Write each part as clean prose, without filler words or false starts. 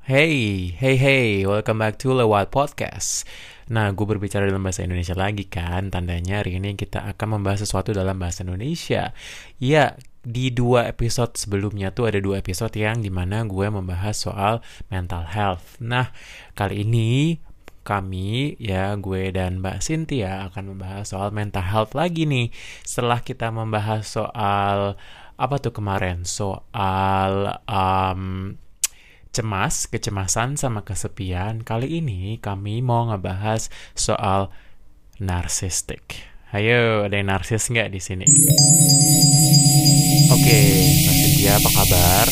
Hey, welcome back to Lewat Podcast. Nah, gue berbicara dalam bahasa Indonesia lagi kan. Tandanya hari ini kita akan membahas sesuatu dalam bahasa Indonesia. Ya, di dua episode sebelumnya tuh ada dua episode yang dimana gue membahas soal mental health. Nah, kali ini kami, ya gue dan Mbak Cynthia akan membahas soal mental health lagi nih. Setelah kita membahas soal apa tuh kemarin? Soal cemas, kecemasan sama kesepian. Kali ini kami mau ngebahas soal narsistik. Ayo, ada yang narsis nggak di sini? Oke, Mbak Cynthia apa kabar?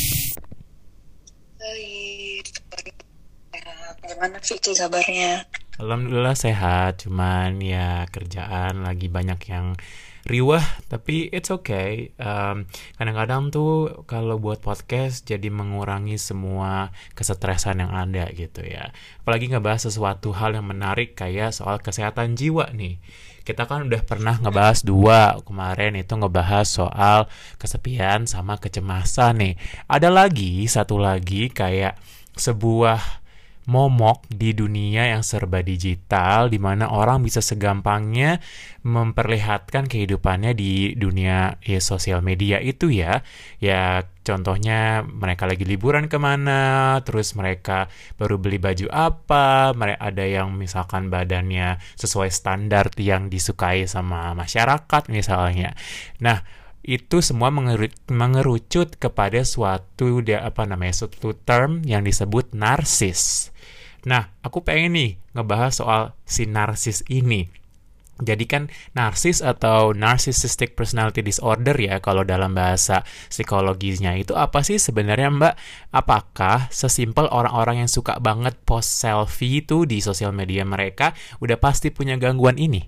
Baik, gimana Vicky kabarnya? Alhamdulillah sehat, cuman ya kerjaan lagi banyak yang riwah, tapi it's okay. Kadang-kadang tuh kalau buat podcast jadi mengurangi semua kesetresan yang ada gitu ya. Apalagi ngebahas sesuatu hal yang menarik kayak soal kesehatan jiwa nih. Kita kan udah pernah ngebahas dua kemarin itu ngebahas soal kesepian sama kecemasan nih. Ada lagi satu lagi kayak sebuah momok di dunia yang serba digital di mana orang bisa segampangnya memperlihatkan kehidupannya di dunia sosial media itu ya contohnya mereka lagi liburan kemana, terus mereka baru beli baju apa, mereka ada yang misalkan badannya sesuai standar yang disukai sama masyarakat misalnya. Nah, itu semua mengerucut kepada suatu term yang disebut narsis. Nah, aku pengen nih ngebahas soal si narsis ini. Jadi kan narsis atau narcissistic personality disorder ya kalau dalam bahasa psikologisnya itu apa sih sebenarnya Mbak? Apakah sesimpel orang-orang yang suka banget post selfie itu di sosial media mereka udah pasti punya gangguan ini?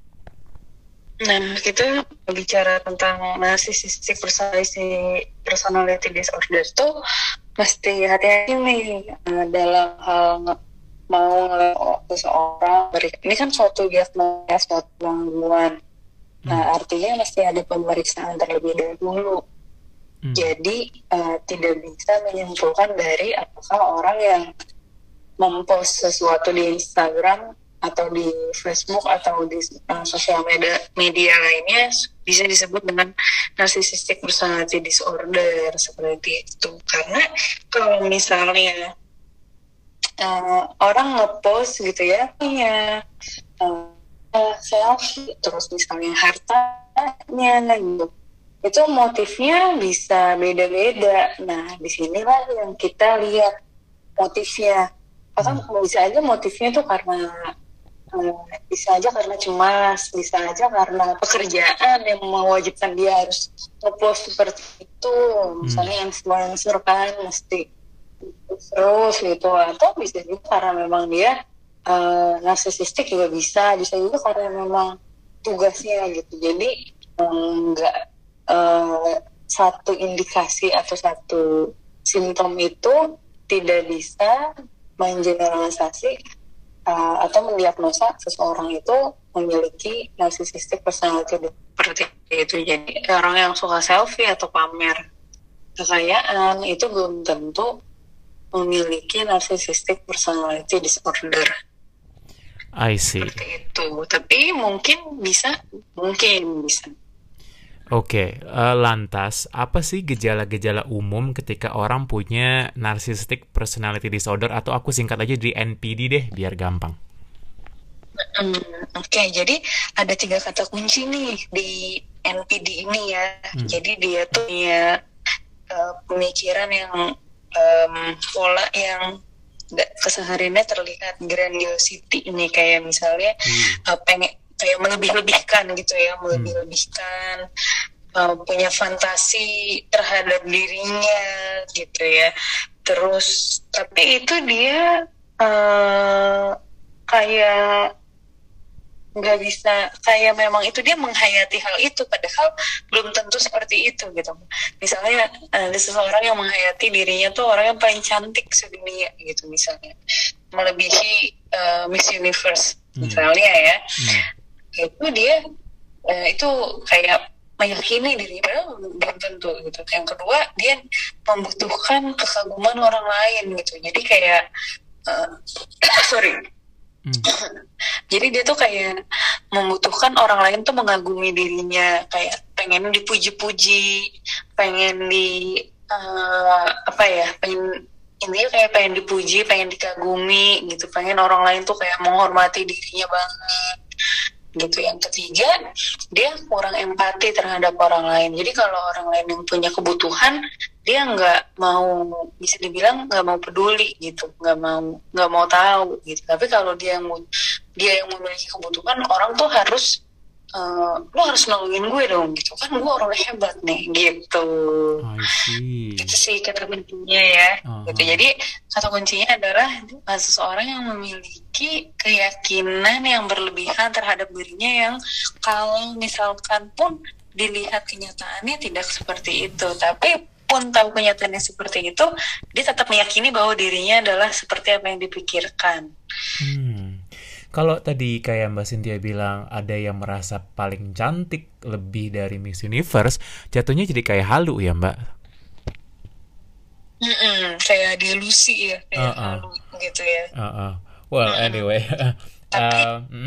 Nah, kita bicara tentang narcissistic personality disorder itu mesti hati-hati nih dalam hal mau ngelihat seseorang. Ini kan suatu diagnosa, suatu gangguan. Nah, artinya mesti ada pemeriksaan terlebih dahulu. Jadi tidak bisa menyimpulkan dari apakah orang yang mempost sesuatu di Instagram atau di Facebook atau di sosial media lainnya bisa disebut dengan narcissistic personality disorder seperti itu. Karena kalau misalnya orang ngepost gitu ya punya selfie terus misalnya hartanya gitu, itu motifnya bisa beda-beda. Nah, disinilah yang kita lihat motifnya. Kan bisa aja motifnya tuh karena bisa aja karena cemas, bisa aja karena pekerjaan yang mewajibkan dia harus ngepost seperti itu. Misalnya influencer kan mesti terus gitu, atau bisa juga karena memang dia narsisistik juga bisa juga karena memang tugasnya gitu. Jadi enggak satu indikasi atau satu simptom itu tidak bisa mengeneralisasi atau mendiagnosa seseorang itu memiliki narcissistic personality seperti itu. Jadi orang yang suka selfie atau pamer kekayaan itu belum tentu memiliki narcissistic personality disorder. I see. Seperti itu. Tapi mungkin bisa. Oke, lantas apa sih gejala-gejala umum ketika orang punya narcissistic personality disorder atau aku singkat aja di NPD deh biar gampang. Oke, jadi ada 3 kata kunci nih di NPD ini ya. Jadi dia tuh punya pemikiran yang pola yang kesehariannya terlihat grandiosity ini, kayak misalnya pengen kayak melebih-lebihkan gitu ya, punya fantasi terhadap dirinya gitu ya. Terus tapi itu dia kayak nggak bisa, kayak memang itu dia menghayati hal itu padahal belum tentu seperti itu gitu. Misalnya ada seseorang yang menghayati dirinya tuh orang yang paling cantik sedunia gitu, misalnya melebihi Miss Universe misalnya ya. Itu dia itu kayak meyakini diri, padahal belum tentu gitu. Yang kedua, dia membutuhkan kekaguman orang lain gitu. Jadi kayak uh, sorry, Hmm. jadi dia tuh kayak membutuhkan orang lain tuh mengagumi dirinya, kayak pengen dipuji-puji, pengen apa ya, pengen intinya kayak pengen dipuji, pengen dikagumi gitu, pengen orang lain tuh kayak menghormati dirinya banget gitu. Yang ketiga, dia kurang empati terhadap orang lain. Jadi kalau orang lain yang punya kebutuhan, dia nggak mau, bisa dibilang nggak mau peduli gitu, nggak mau tahu gitu. Tapi kalau dia yang memiliki kebutuhan, orang tuh harus lo harus nolongin gue dong gitu kan, gue orang hebat nih gitu. I see. Itu sih kata kuncinya ya gitu. Uh-huh. Jadi kata kuncinya adalah seseorang yang memiliki keyakinan yang berlebihan terhadap dirinya, yang kalau misalkan pun dilihat kenyataannya tidak seperti itu, tapi pun tahu kenyataannya seperti itu, dia tetap meyakini bahwa dirinya adalah seperti apa yang dipikirkan. Kalau tadi kayak Mbak Cynthia bilang ada yang merasa paling cantik lebih dari Miss Universe, jatuhnya jadi kayak halu ya Mbak? Kayak delusi ya, kayak halu gitu ya. Well, anyway. Tapi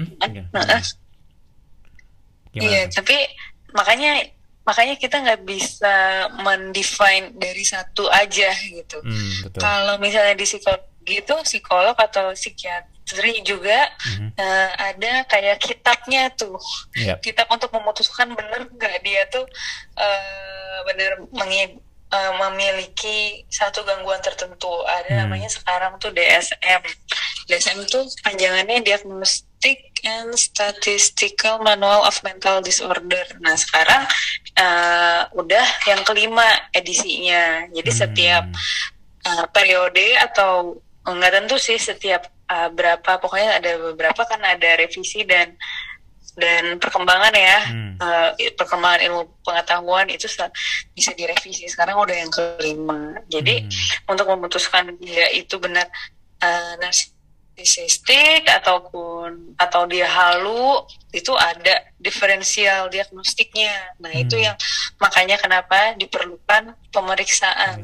iya, Gimana? tapi makanya kita nggak bisa mendefine dari satu aja gitu. Betul. Kalau misalnya di psikologi itu, psikolog atau psikiatri juga ada kayak kitabnya tuh. Yep. Kitab untuk memutuskan benar nggak dia tuh benar memiliki satu gangguan tertentu. Ada namanya sekarang tuh DSM. DSM tuh panjangannya Diagnostic and Statistical Manual of Mental Disorder. Nah sekarang udah yang kelima edisinya. Jadi setiap periode atau nggak tentu sih setiap berapa, pokoknya ada beberapa kan ada revisi dan perkembangan ya. Perkembangan ilmu pengetahuan itu bisa direvisi. Sekarang udah yang kelima. Jadi untuk memutuskan dia itu benar narsisistik atau dia halu, itu ada diferensial diagnostiknya. Nah itu yang makanya kenapa diperlukan pemeriksaan.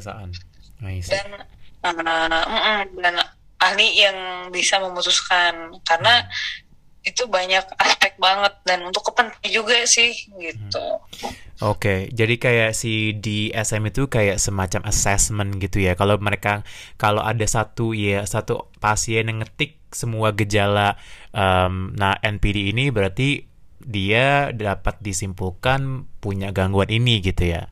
Dan ahli yang bisa memutuskan, karena itu banyak aspek banget dan untuk kepentingan juga sih gitu. Oke, jadi kayak si DSM itu kayak semacam assessment gitu ya. Kalau ada satu pasien yang ngetik semua gejala NPD ini, berarti dia dapat disimpulkan punya gangguan ini gitu ya.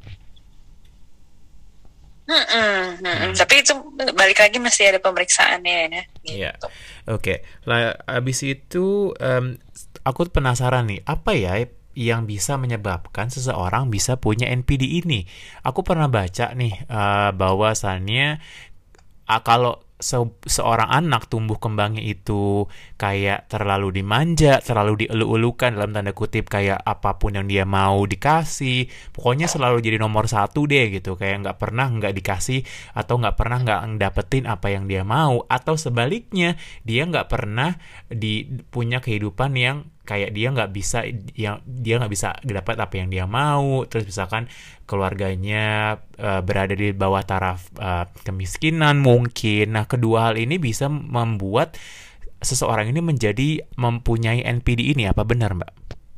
Tapi itu balik lagi masih ada pemeriksaannya ya. Gitu. Yeah. Oke. Nah, abis itu aku penasaran nih, apa ya yang bisa menyebabkan seseorang bisa punya NPD ini? Aku pernah baca nih bahwasannya kalau seorang anak tumbuh kembangnya itu kayak terlalu dimanja, terlalu dielu-elukan dalam tanda kutip, kayak apapun yang dia mau dikasih, pokoknya selalu jadi nomor satu deh gitu, kayak nggak pernah nggak dikasih atau nggak pernah nggak dapetin apa yang dia mau, atau sebaliknya dia nggak pernah punya kehidupan yang kayak dia nggak bisa dapat apa yang dia mau, terus misalkan keluarganya berada di bawah taraf kemiskinan mungkin. Nah, kedua hal ini bisa membuat seseorang ini menjadi mempunyai NPD ini. Apa benar, Mbak?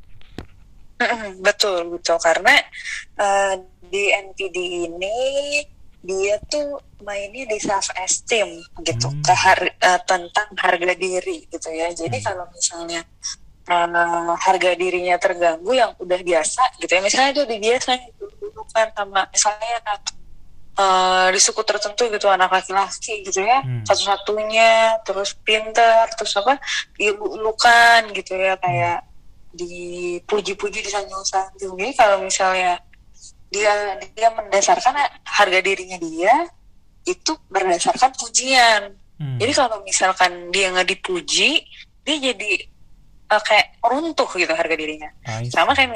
Betul karena di NPD ini dia tuh mainnya di self esteem gitu, tentang harga diri gitu ya. Jadi kalau misalnya harga dirinya terganggu yang udah biasa gitu ya, misalnya dia udah biasa kan sama misalnya di suku tertentu gitu, anak laki-laki gitu ya, satu-satunya, terus pintar, terus dielu-elukan gitu ya, kayak dipuji-puji, disanjung-sanjung. Jadi kalau misalnya dia mendasarkan harga dirinya dia itu berdasarkan pujian. Jadi kalau misalkan dia nggak dipuji, dia jadi kayak runtuh gitu harga dirinya. Sama kayak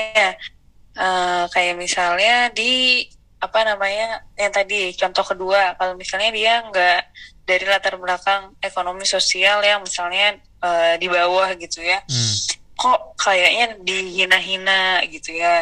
misalnya di yang tadi contoh kedua, kalau misalnya dia nggak dari latar belakang ekonomi sosial yang misalnya di bawah gitu ya, kok kayaknya dihina-hina gitu ya,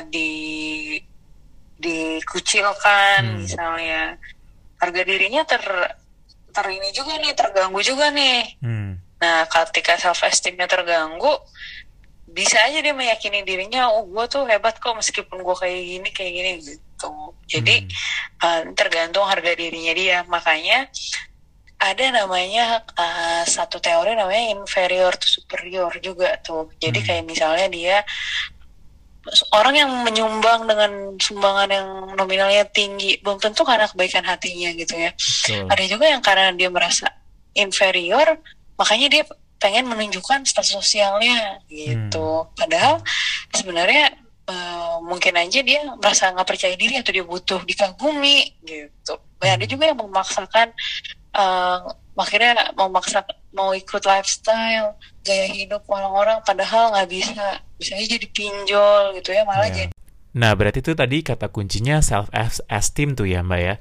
dikucilkan Hmm. misalnya, harga dirinya ini juga nih, terganggu juga nih. Hmm. Nah, ketika self esteemnya terganggu, bisa aja dia meyakini dirinya, oh gue tuh hebat kok meskipun gue kayak gini gitu. Jadi tergantung harga dirinya dia. Makanya ada namanya satu teori namanya inferior to superior juga tuh. Jadi kayak misalnya dia orang yang menyumbang dengan sumbangan yang nominalnya tinggi belum tentu karena kebaikan hatinya gitu ya. Betul. Ada juga yang karena dia merasa inferior, makanya dia pengen menunjukkan status sosialnya gitu. Padahal sebenarnya mungkin aja dia merasa nggak percaya diri atau dia butuh dikagumi gitu. Ada juga yang memaksakan akhirnya mau ikut lifestyle gaya hidup orang-orang, padahal nggak bisa aja jadi pinjol gitu ya, malah jadi. Nah, berarti itu tadi kata kuncinya self esteem tuh ya, Mbak ya.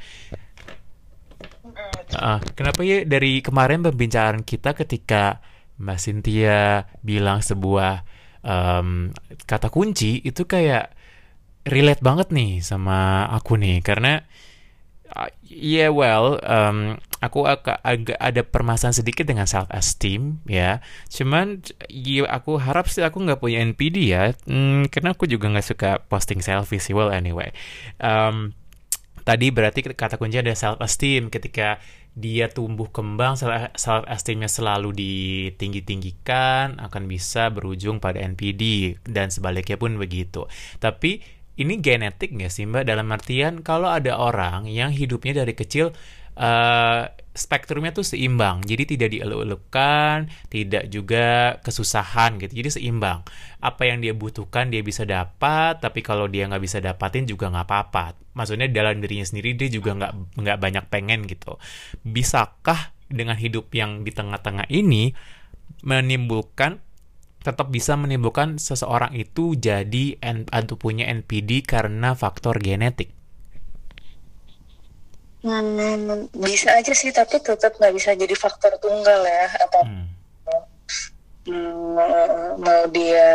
Kenapa ya dari kemarin pembicaraan kita ketika Mbak Cynthia bilang sebuah kata kunci itu kayak relate banget nih sama aku nih, karena aku agak ada permasalahan sedikit dengan self esteem ya. Cuman aku harap sih aku nggak punya NPD ya, karena aku juga nggak suka posting selfie sih. Well anyway, tadi berarti kata kunci ada self esteem. Ketika dia tumbuh kembang, self esteemnya selalu ditinggi-tinggikan, akan bisa berujung pada NPD dan sebaliknya pun begitu. Tapi ini genetik nggak sih Mbak? Dalam artian kalau ada orang yang hidupnya dari kecil spektrumnya tuh seimbang, jadi tidak dieluk-elukan, tidak juga kesusahan gitu, jadi seimbang. Apa yang dia butuhkan dia bisa dapat, tapi kalau dia nggak bisa dapatin juga nggak apa-apa. Maksudnya dalam dirinya sendiri dia juga nggak banyak pengen gitu. Bisakah dengan hidup yang di tengah-tengah ini tetap bisa menimbulkan seseorang itu jadi atau punya NPD karena faktor genetik? Bisa aja sih, tapi tetap nggak bisa jadi faktor tunggal ya. Mau dia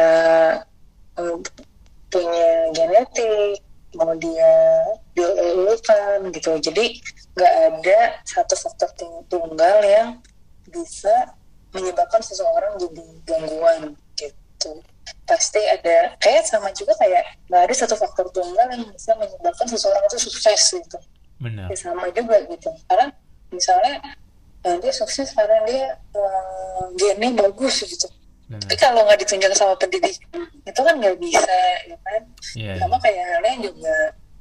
punya genetik, mau dia dielulukan gitu. Jadi nggak ada satu faktor tunggal yang bisa menyebabkan seseorang jadi gangguan gitu. Pasti ada, kayak sama juga kayak nggak ada satu faktor tunggal yang bisa menyebabkan seseorang itu sukses gitu. Benar. Ya, sama juga gitu. Karena misalnya dia sukses karena dia gennya bagus gitu. Tapi kalau nggak ditunjang sama pendidik itu kan nggak bisa, ya kan? Sama kayak halnya juga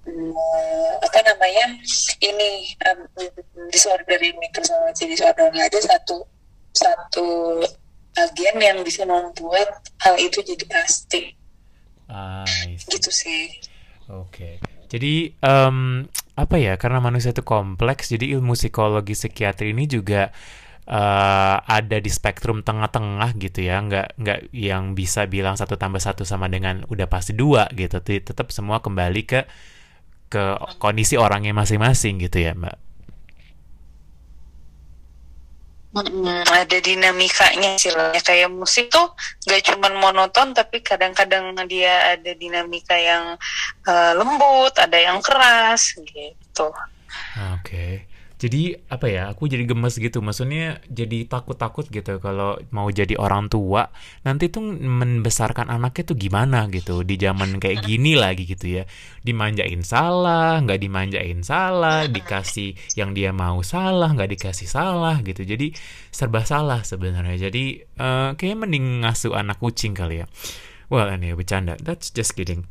ini disorder ini, personality disorder, nggak ada satu agen yang bisa membuat hal itu jadi pasti. Gitu sih. Oke. Jadi karena manusia itu kompleks, jadi ilmu psikologi psikiatri ini juga ada di spektrum tengah-tengah gitu ya, nggak yang bisa bilang 1+1 sama dengan udah pasti 2 gitu. Tetap semua kembali ke kondisi orangnya masing-masing gitu ya, Mbak. Ada dinamikanya sih lah. Kayak musik tuh gak cuman monoton, tapi kadang-kadang dia ada dinamika yang lembut, ada yang keras gitu. Oke. Jadi aku jadi gemes gitu, maksudnya jadi takut-takut gitu kalau mau jadi orang tua nanti tuh membesarkan anaknya tuh gimana gitu di zaman kayak gini lagi gitu ya, dimanjain salah, nggak dimanjain salah, dikasih yang dia mau salah, nggak dikasih salah gitu, jadi serba salah sebenarnya. Jadi kayaknya mending ngasuh anak kucing kali ya. Well, ini bercanda, that's just kidding.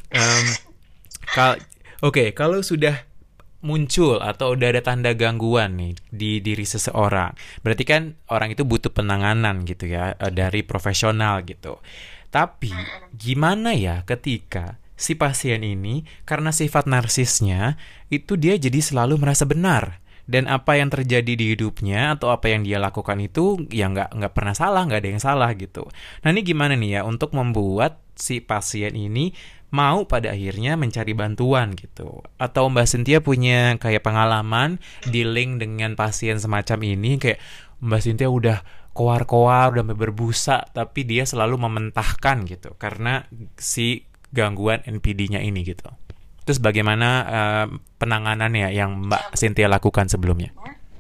Kalau sudah muncul atau udah ada tanda gangguan nih di diri seseorang, berarti kan orang itu butuh penanganan gitu ya, dari profesional gitu. Tapi gimana ya ketika si pasien ini karena sifat narsisnya itu dia jadi selalu merasa benar, dan apa yang terjadi di hidupnya atau apa yang dia lakukan itu ya nggak pernah salah, nggak ada yang salah gitu. Nah, ini gimana nih ya untuk membuat si pasien ini mau pada akhirnya mencari bantuan gitu. Atau Mbak Cynthia punya kayak pengalaman dealing dengan pasien semacam ini, kayak Mbak Cynthia udah koar-koar, udah berbusa, tapi dia selalu mementahkan gitu karena si gangguan NPD-nya ini gitu. Terus bagaimana penanganannya yang Mbak Cynthia lakukan sebelumnya?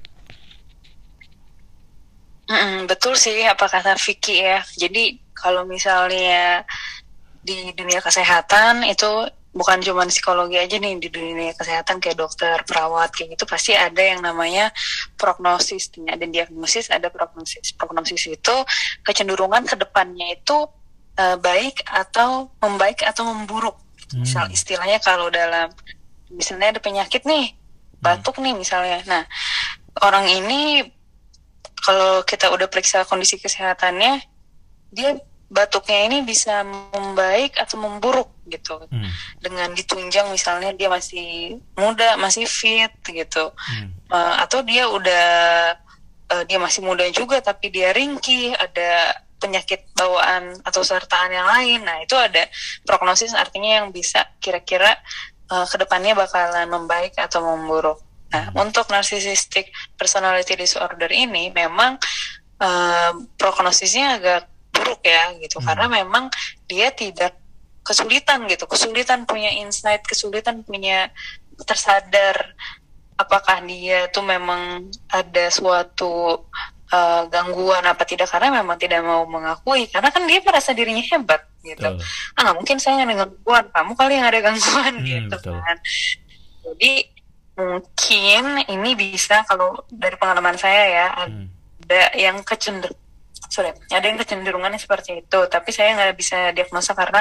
Betul sih apa kata Vicky ya. Jadi kalau misalnya di dunia kesehatan itu bukan cuma psikologi aja nih, di dunia kesehatan kayak dokter, perawat kayak gitu pasti ada yang namanya prognosis. Ada diagnosis, ada prognosis. Prognosis itu kecenderungan ke depannya itu baik atau membaik atau memburuk. Misal istilahnya kalau dalam misalnya ada penyakit nih, batuk nih misalnya. Nah, orang ini kalau kita udah periksa kondisi kesehatannya, dia batuknya ini bisa membaik atau memburuk gitu. Dengan ditunjang misalnya dia masih muda, masih fit gitu. Atau dia udah dia masih muda juga tapi dia ringkih, ada penyakit bawaan atau sertaan yang lain. Nah, itu ada prognosis, artinya yang bisa kira-kira kedepannya bakalan membaik atau memburuk. Nah, untuk narcissistic personality disorder ini memang prognosisnya agak buruk ya gitu, karena memang dia tidak kesulitan punya insight, kesulitan punya tersadar apakah dia tuh memang ada suatu gangguan apa tidak, karena memang tidak mau mengakui, karena kan dia merasa dirinya hebat gitu. Nggak mungkin saya nggak ada gangguan, kamu kali yang ada gangguan gitu kan. Jadi mungkin ini bisa, kalau dari pengalaman saya ya, ada yang kecenderungannya seperti itu, tapi saya nggak bisa diagnosa karena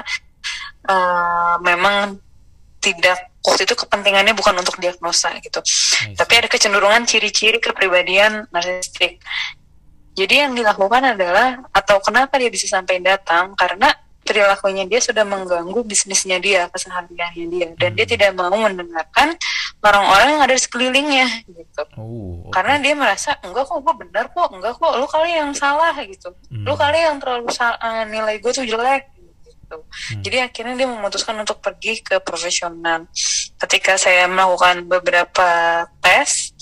memang tidak, waktu itu kepentingannya bukan untuk diagnosa gitu. Tapi ada kecenderungan ciri-ciri kepribadian narsistik. Jadi yang dilakukan adalah, atau kenapa dia bisa sampai datang, karena perilakunya dia sudah mengganggu bisnisnya dia, kesehariannya dia, dan dia tidak mau mendengarkan orang-orang yang ada di sekelilingnya gitu. Karena dia merasa enggak kok, gue benar kok, enggak kok, lu kali yang salah gitu, lu kali yang terlalu nilai gue tuh jelek gitu. Jadi akhirnya dia memutuskan untuk pergi ke profesional. Ketika saya melakukan beberapa tes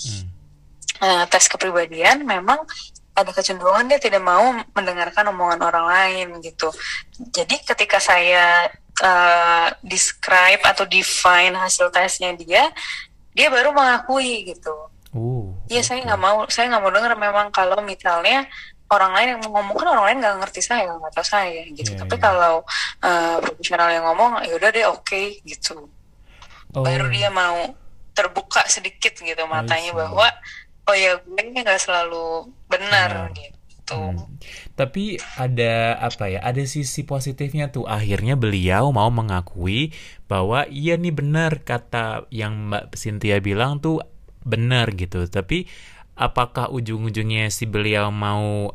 kepribadian, memang ada kecenderungan dia tidak mau mendengarkan omongan orang lain gitu. Jadi ketika saya describe atau define hasil tesnya dia baru mengakui gitu. Iya, saya nggak mau dengar memang kalau misalnya orang lain yang ngomong, kan orang lain nggak ngerti saya, nggak tahu saya gitu. Tapi kalau profesional yang ngomong, ya udah deh, oke, gitu. Baru dia mau terbuka sedikit gitu matanya bahwa oh ya, gue ini nggak selalu benar gitu. Tapi ada ada sisi positifnya tuh, akhirnya beliau mau mengakui bahwa iya nih benar, kata yang Mbak Cynthia bilang tuh benar gitu. Tapi apakah ujung-ujungnya si beliau mau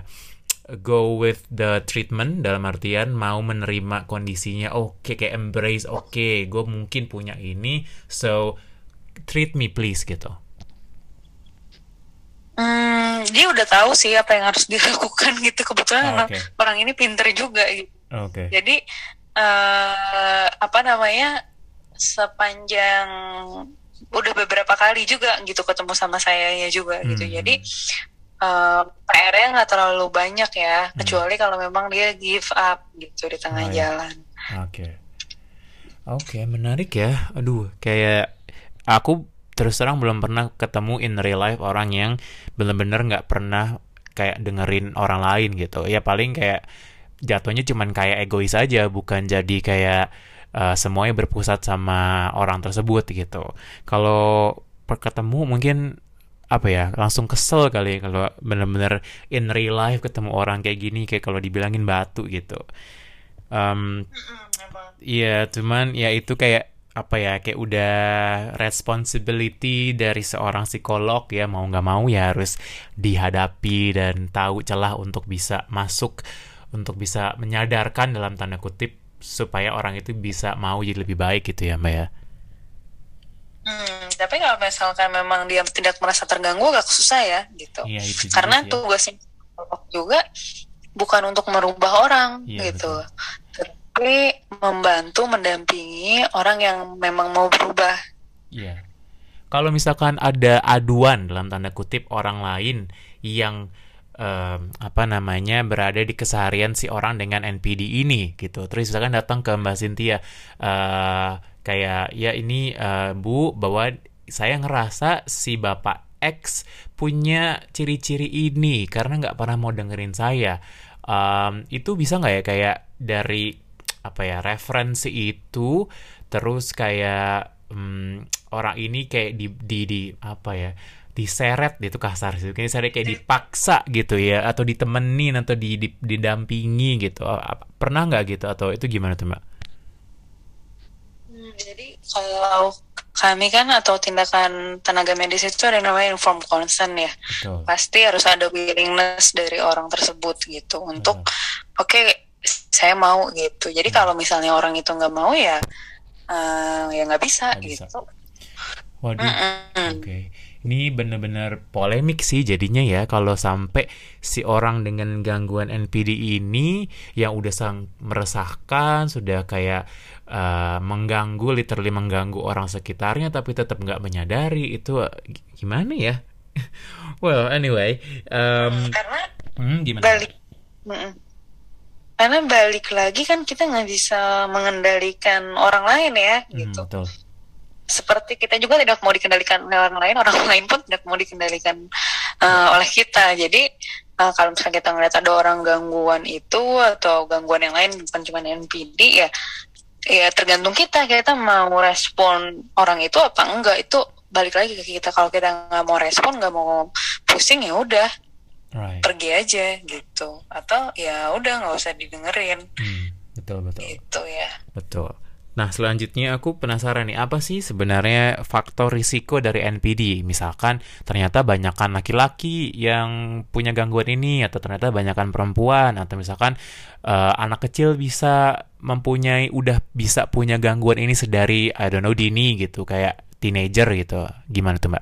go with the treatment, dalam artian mau menerima kondisinya, kayak embrace, gue mungkin punya ini, so treat me please gitu. Dia udah tahu sih apa yang harus dilakukan gitu. Kebetulan orang ini pinter juga gitu. Jadi sepanjang udah beberapa kali juga gitu ketemu sama saya juga gitu. Jadi PR-nya nggak terlalu banyak ya, kecuali kalau memang dia give up gitu di tengah jalan. Menarik ya. Aduh, kayak aku terus terang belum pernah ketemu in real life orang yang benar-benar nggak pernah kayak dengerin orang lain gitu. Ya paling kayak jatuhnya cuman kayak egois aja, bukan jadi kayak semuanya berpusat sama orang tersebut gitu. Kalau ketemu mungkin langsung kesel kali kalau benar-benar in real life ketemu orang kayak gini, kayak kalau dibilangin batu gitu. Iya, cuman ya itu kayak kayak udah responsibility dari seorang psikolog ya, mau nggak mau ya harus dihadapi dan tahu celah untuk bisa masuk, untuk bisa menyadarkan dalam tanda kutip supaya orang itu bisa mau jadi lebih baik gitu ya Mbak ya. Tapi kalau misalkan memang dia tidak merasa terganggu, agak susah ya gitu. Iya, karena tugasnya psikolog juga bukan untuk merubah orang gitu. tapi membantu mendampingi orang yang memang mau berubah. Iya. Kalau misalkan ada aduan dalam tanda kutip orang lain yang apa namanya berada di keseharian si orang dengan NPD ini gitu, terus misalkan datang ke Mbak Cynthia, kayak ya ini Bu, bahwa saya ngerasa si Bapak X punya ciri-ciri ini karena nggak pernah mau dengerin saya. Itu bisa nggak ya kayak dari apa ya referensi itu, terus kayak orang ini kayak di apa ya diseret gitu kasar sih, kayak saya kayak dipaksa gitu ya, atau ditemenin atau didampingi gitu. Pernah nggak gitu atau itu gimana tuh Mbak? Jadi kalau kami kan atau tindakan tenaga medis itu ada yang namanya informed consent ya. Betul. Pasti harus ada willingness dari orang tersebut gitu untuk oke, saya mau gitu. Jadi kalau misalnya orang itu nggak mau ya nggak bisa gitu. Waduh, oke. Ini benar-benar polemik sih jadinya ya kalau sampai si orang dengan gangguan NPD ini yang udah meresahkan, sudah kayak mengganggu, literally mengganggu orang sekitarnya, tapi tetap nggak menyadari itu gimana ya? Well, anyway, karena gimana? Karena balik lagi kan kita nggak bisa mengendalikan orang lain ya, gitu. Betul. Seperti kita juga tidak mau dikendalikan oleh orang lain pun tidak mau dikendalikan oleh kita. Jadi kalau misalnya kita ngeliat ada orang gangguan itu atau gangguan yang lain bukan cuma NPD ya tergantung kita mau respon orang itu apa enggak, itu balik lagi ke kita. Kalau kita nggak mau respon, nggak mau pusing, ya udah pergi aja gitu, atau ya udah nggak usah didengerin. Betul gitu ya. Betul. Nah, selanjutnya aku penasaran nih, apa sih sebenarnya faktor risiko dari NPD? Misalkan ternyata banyakan laki-laki yang punya gangguan ini, atau ternyata banyakan perempuan, atau misalkan anak kecil udah bisa punya gangguan ini sedari, I don't know, dini gitu, kayak teenager gitu. Gimana tuh, Mbak?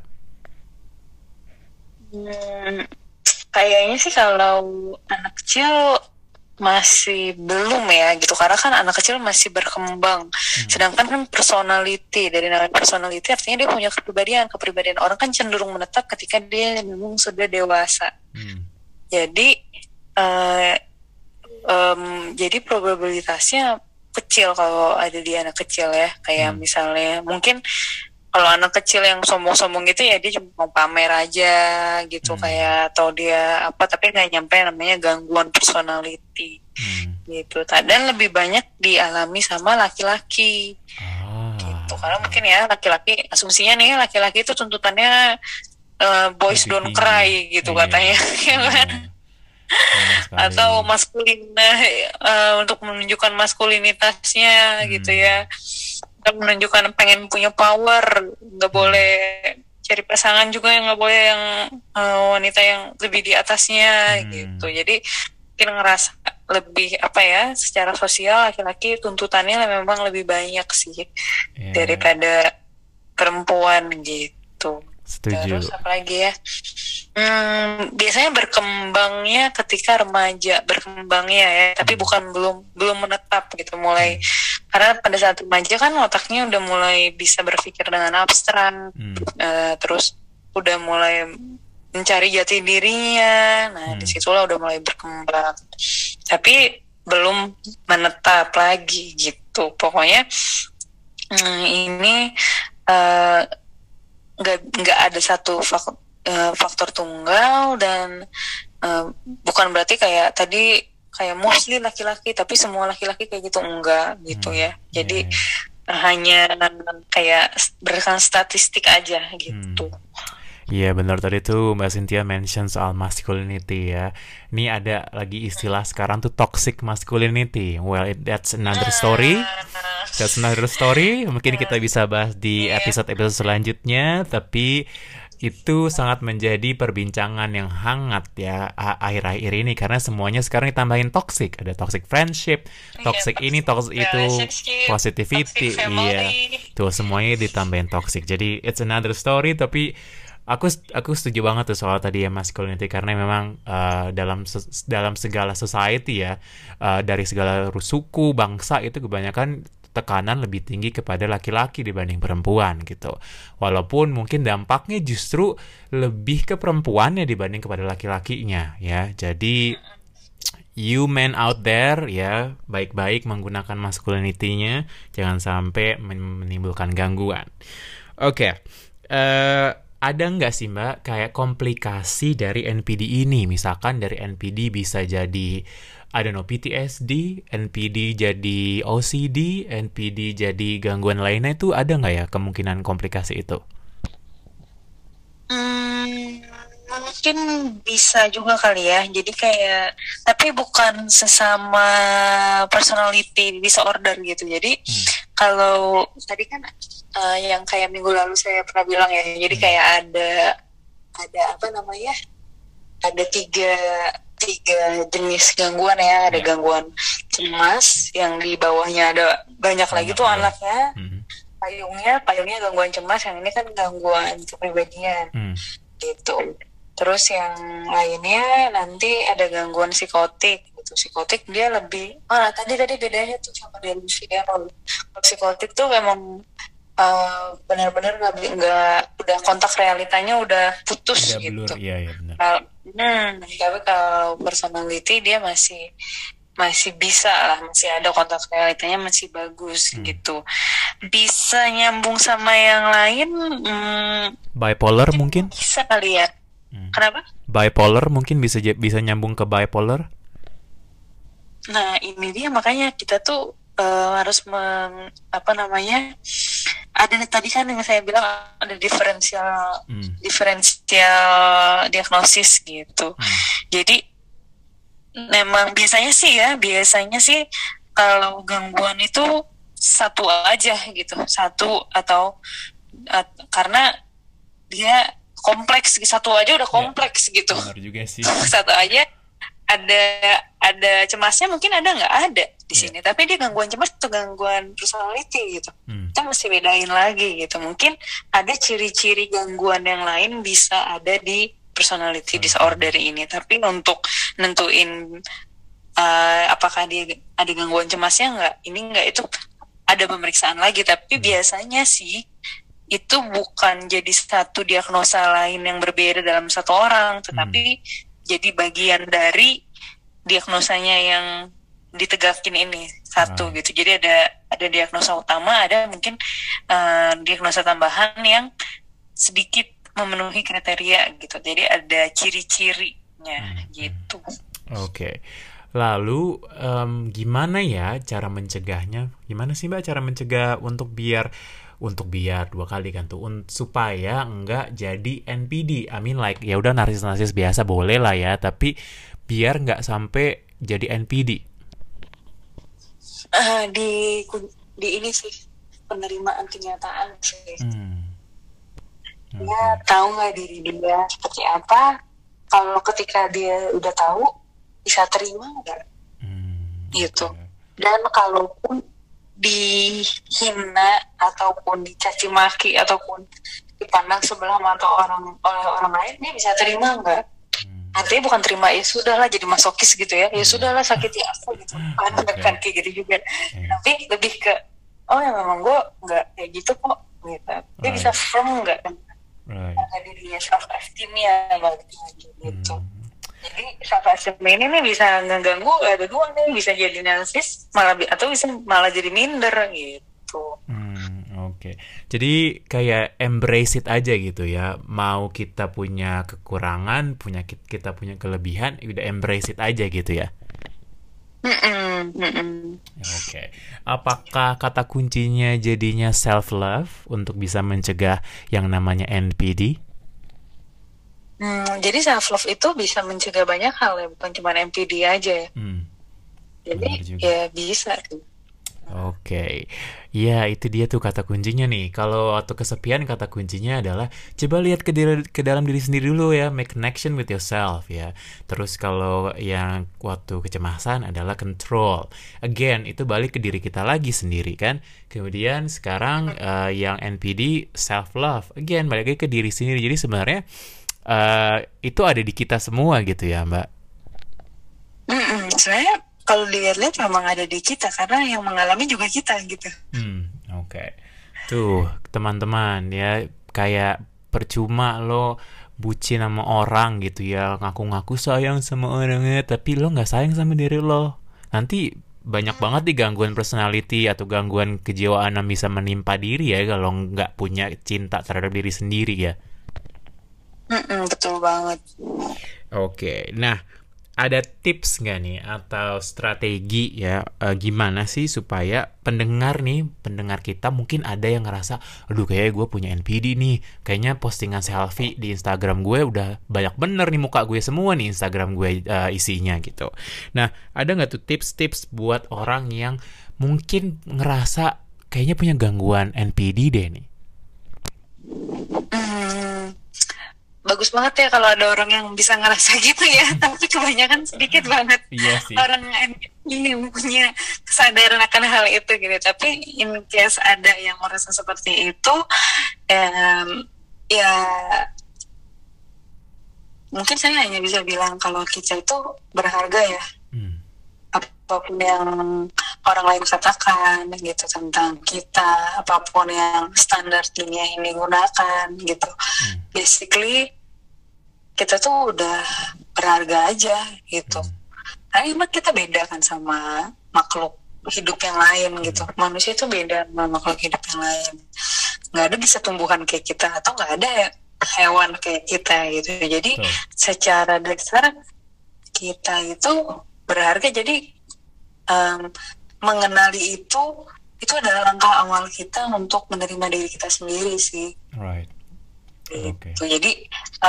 Kayaknya sih kalau anak kecil masih belum ya gitu, karena kan anak kecil masih berkembang. Sedangkan kan personality, dari nama personality artinya dia punya kepribadian orang kan cenderung menetap ketika dia memang sudah dewasa. Jadi jadi probabilitasnya kecil kalau ada di anak kecil ya, kayak misalnya mungkin kalau anak kecil yang sombong-sombong gitu ya dia cuma mau pamer aja gitu, kayak atau dia apa, tapi nggak nyampe namanya gangguan personality gitu. Dan lebih banyak dialami sama laki-laki gitu, karena mungkin ya laki-laki, asumsinya nih laki-laki itu tuntutannya boys don't cry gitu katanya, ya kan? Atau maskulin untuk menunjukkan maskulinitasnya gitu ya, menunjukkan pengen punya power, nggak boleh cari pasangan juga yang nggak boleh yang wanita yang lebih di atasnya gitu. Jadi mungkin ngerasa lebih apa ya, secara sosial laki-laki tuntutannya memang lebih banyak sih daripada perempuan gitu. Setuju. Terus apa lagi ya? Biasanya berkembangnya ketika remaja berkembangnya ya, tapi belum menetap gitu, mulai karena pada saat remaja kan otaknya udah mulai bisa berpikir dengan abstrak, terus udah mulai mencari jati dirinya. Nah disitulah udah mulai berkembang, tapi belum menetap lagi gitu. Pokoknya ini nggak ada satu faktor tunggal, dan bukan berarti kayak tadi kayak mostly laki-laki, tapi semua laki-laki kayak gitu, enggak gitu ya. Jadi hanya kayak berdasarkan statistik aja gitu. Iya benar, tadi tuh Mbak Cynthia mention soal masculinity ya. Ini ada lagi istilah sekarang tuh toxic masculinity. Well, that's another story. That's another story. Mungkin kita bisa bahas di episode-episode selanjutnya. Tapi itu sangat menjadi perbincangan yang hangat ya akhir-akhir ini, karena semuanya sekarang ditambahin toxic. Ada toxic friendship, toxic ini, toxic itu, positivity, tuh semuanya ditambahin toxic. Jadi it's another story, tapi Aku setuju banget tuh soal tadi ya masculinity, karena memang dalam segala society ya, dari segala suku bangsa itu kebanyakan tekanan lebih tinggi kepada laki-laki dibanding perempuan gitu. Walaupun mungkin dampaknya justru lebih ke perempuannya dibanding kepada laki-lakinya ya. Jadi you men out there ya, baik-baik menggunakan masculinity-nya, jangan sampai menimbulkan gangguan. Oke, ada nggak sih Mbak kayak komplikasi dari NPD ini? Misalkan dari NPD bisa jadi, I don't know, PTSD, NPD jadi OCD, NPD jadi gangguan lainnya, itu ada nggak ya kemungkinan komplikasi itu? Hmm, mungkin bisa juga kali ya. Jadi kayak, tapi bukan sesama personality disorder gitu. Jadi Hmm, kalau tadi kan yang kayak minggu lalu saya pernah bilang ya. Jadi hmm, kayak ada apa namanya? Ada tiga jenis gangguan ya. Ada ya, gangguan cemas yang di bawahnya ada banyak lagi banyak tuh ya. anaknya. Hmm, Payungnya gangguan cemas, yang ini kan gangguan kepribadian hmm, gitu. Terus yang lainnya nanti ada gangguan psikotik gitu. Psikotik dia lebih, tadi bedanya tuh sama delusi ya. Kalau psikotik tuh memang benar-benar nggak udah kontak realitanya udah putus udah blur, gitu. iya ya benar. Tapi kalau personality dia masih bisa lah, masih ada kontak realitanya, masih bagus Hmm. gitu. Bisa nyambung sama yang lain, Bipolar mungkin mungkin? bisa kali ya. Hmm. Kenapa? Bipolar mungkin bisa nyambung ke bipolar. Nah, ini dia makanya kita tuh harus apa namanya? Ada tadi kan yang saya bilang ada diferensial Hmm, diferensial diagnosis gitu. hmm, Jadi memang biasanya sih kalau gangguan itu satu aja gitu, satu atau karena dia kompleks, satu aja udah ya, kompleks gitu. benar juga sih. Satu aja ada cemasnya, mungkin nggak ada di Ya. sini, tapi dia gangguan cemas atau gangguan personality gitu, Hmm, kita mesti bedain lagi gitu. Mungkin ada ciri-ciri gangguan yang lain bisa ada di personality disorder ini, tapi untuk nentuin apakah dia ada gangguan cemasnya nggak, itu ada pemeriksaan lagi. Tapi biasanya sih itu bukan jadi satu diagnosa lain yang berbeda dalam satu orang, tetapi jadi bagian dari diagnosanya yang ditegakin ini satu right. gitu. Jadi ada diagnosa utama, ada mungkin diagnosa tambahan yang sedikit memenuhi kriteria gitu. Jadi ada ciri-cirinya gitu. Oke. Lalu gimana ya cara mencegahnya? Gimana sih Mbak cara mencegah untuk biar dua kali kan tuh supaya enggak jadi NPD. I mean like ya udah narsis biasa boleh lah ya, tapi biar nggak sampai jadi NPD. Di ini sih penerimaan kenyataan sih. Hmm. Dia tahu nggak diri dia seperti apa. Kalau ketika dia udah tahu, bisa terima nggak gitu. Okay. Dan kalaupun dihina ataupun dicaci maki ataupun dipandang sebelah mata oleh orang lain, dia bisa terima nggak? Artinya bukan terima ya sudahlah jadi masokis gitu ya sudahlah sakiti aku gitu, kan kayak gitu juga. Tapi lebih ke ya memang gue nggak kayak gitu kok gitu. Dia bisa firm nggak kan karena dirinya, self esteemnya gitu. Jadi self esteem ini nih bisa ngeganggu, ada dua nih, bisa jadi narsis atau bisa malah jadi minder gitu. Oke. Jadi kayak embrace it aja gitu ya. Mau kita punya kekurangan, kita punya kelebihan, udah embrace it aja gitu ya. Oke. Apakah kata kuncinya jadinya self love untuk bisa mencegah yang namanya NPD? Jadi self love itu bisa mencegah banyak hal ya, bukan cuma NPD aja ya. Jadi ya bisa. Oke, ya itu dia tuh kata kuncinya nih. Kalau waktu kesepian kata kuncinya adalah coba lihat ke dalam diri sendiri dulu ya, make connection with yourself ya. Terus kalau yang waktu kecemasan adalah control. Again, itu balik ke diri kita lagi sendiri kan. Kemudian sekarang yang NPD self love. Again, balik lagi ke diri sendiri. Jadi sebenarnya itu ada di kita semua gitu ya, Mbak. Sebenarnya kalau dilihat-lihat memang ada di kita karena yang mengalami juga kita gitu. Oke. Tuh, teman-teman ya, kayak percuma lo bucin sama orang gitu ya, ngaku-ngaku sayang sama orangnya, tapi lo nggak sayang sama diri lo. Nanti banyak banget nih gangguan personality atau gangguan kejiwaan yang bisa menimpa diri ya kalau nggak punya cinta terhadap diri sendiri ya. Betul banget. Oke, nah ada tips nggak nih atau strategi ya gimana sih supaya pendengar kita mungkin ada yang ngerasa, aduh kayak gue punya NPD nih, kayaknya postingan selfie di Instagram gue udah banyak bener nih muka gue semua nih Instagram gue isinya gitu. Nah ada nggak tuh tips-tips buat orang yang mungkin ngerasa kayaknya punya gangguan NPD deh nih? Hmm, Bagus banget ya kalau ada orang yang bisa ngerasa gitu ya, tapi kebanyakan sedikit banget Iya sih. orang yang punya kesadaran akan hal itu gitu. Tapi in case ada yang merasa seperti itu, ya mungkin saya hanya bisa bilang kalau kita itu berharga ya. Apapun yang orang lain katakan gitu tentang kita, apapun yang standar dunia ini gunakan gitu, basically kita tuh udah berharga aja gitu. Karena emang kita beda kan sama makhluk hidup yang lain gitu. Manusia itu beda sama makhluk hidup yang lain. Nggak ada bisa tumbuhan kayak kita atau nggak ada hewan kayak kita gitu. Jadi secara dasar kita itu berharga. Jadi mengenali itu adalah langkah awal kita untuk menerima diri kita sendiri sih. Right. Gitu. Jadi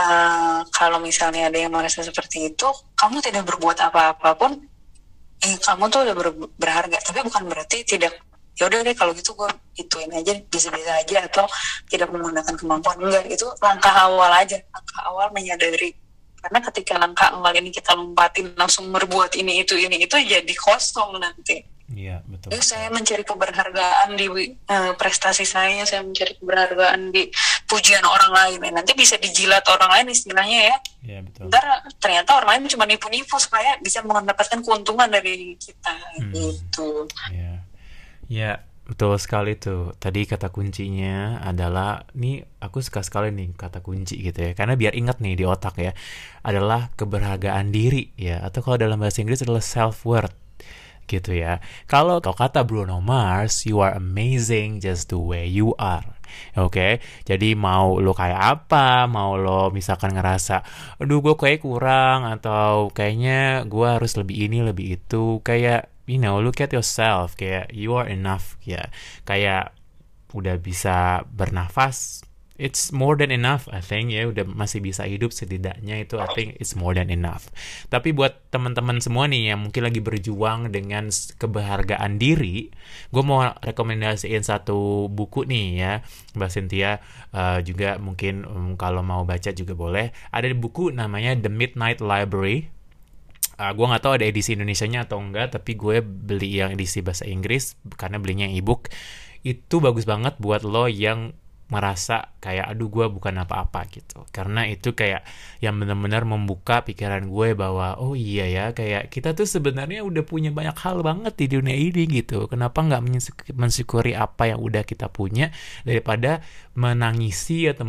kalau misalnya ada yang merasa seperti itu, kamu tidak berbuat apa-apa pun, kamu tuh udah berharga. Tapi bukan berarti tidak. Ya udah deh kalau gitu gue ituin aja, bisa-bisa aja, atau tidak menggunakan kemampuan. Enggak, itu langkah awal aja, langkah awal menyadari. Karena ketika langkah awal ini kita lompatin langsung berbuat ini itu jadi kosong nanti. Iya, betul. Jadi saya mencari keberhargaan di prestasi saya mencari keberhargaan di pujian orang lain. Nanti bisa dijilat orang lain istilahnya ya. Iya, betul. Ntar ternyata orang lain cuma nipu-nipu supaya bisa mendapatkan keuntungan dari kita gitu. Iya. Ya, betul sekali tuh. Tadi kata kuncinya adalah, nih aku suka sekali nih kata kunci gitu ya. Karena biar ingat nih di otak ya, adalah keberhargaan diri ya. Atau kalau dalam bahasa Inggris adalah self-worth gitu ya. Kalau kata Bruno Mars, you are amazing just the way you are. Oke, jadi mau lo kayak apa, mau lo misalkan ngerasa, aduh gue kayak kurang, atau kayaknya gue harus lebih ini, lebih itu, kayak look at yourself, kayak you are enough ya, kayak udah bisa bernafas, it's more than enough I think ya, udah masih bisa hidup setidaknya itu I think it's more than enough. Tapi buat teman-teman semua nih yang mungkin lagi berjuang dengan keberhargaan diri, gue mau rekomendasiin satu buku nih ya Mbak Cynthia, juga mungkin kalau mau baca juga boleh. Ada buku namanya The Midnight Library. Gue nggak tahu ada edisi Indonesianya atau enggak, tapi gue beli yang edisi bahasa Inggris karena belinya ebook. Itu bagus banget buat lo yang merasa kayak aduh gue bukan apa-apa gitu, karena itu kayak yang benar-benar membuka pikiran gue bahwa oh iya ya, kayak kita tuh sebenarnya udah punya banyak hal banget di dunia ini gitu. Kenapa nggak mensyukuri apa yang udah kita punya daripada menangisi atau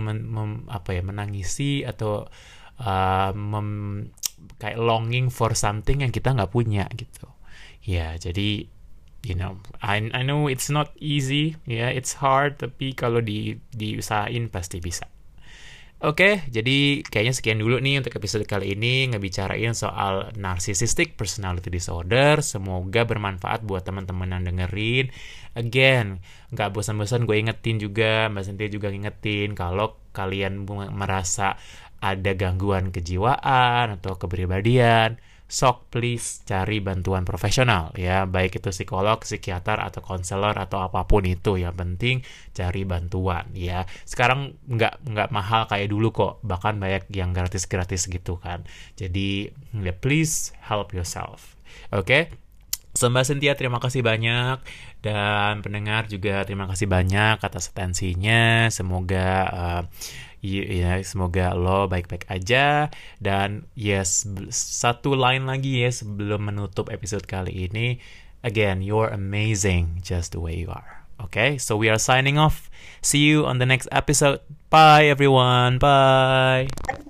menangisi atau kayak longing for something yang kita nggak punya gitu ya. Jadi I know it's not easy ya, it's hard, tapi kalau diusahain pasti bisa. Oke, jadi kayaknya sekian dulu nih untuk episode kali ini ngebicarain soal narcissistic personality disorder. Semoga bermanfaat buat teman-teman yang dengerin. Again, nggak bosan-bosan gue ingetin juga, Mbak Cynthia juga ngingetin, kalau kalian merasa ada gangguan kejiwaan atau kepribadian, sok please cari bantuan profesional ya, baik itu psikolog, psikiater atau konselor atau apapun itu. Yang penting cari bantuan ya. Sekarang nggak mahal kayak dulu kok, bahkan banyak yang gratis-gratis gitu kan. Jadi ya please help yourself. Oke? So, Mbak Cynthia, terima kasih banyak. Dan pendengar juga terima kasih banyak atas atensinya. Semoga semoga lo baik-baik aja. Dan yes, satu line lagi ya sebelum menutup episode kali ini. Again, you're amazing just the way you are. Okay, so we are signing off. See you on the next episode. Bye everyone. Bye.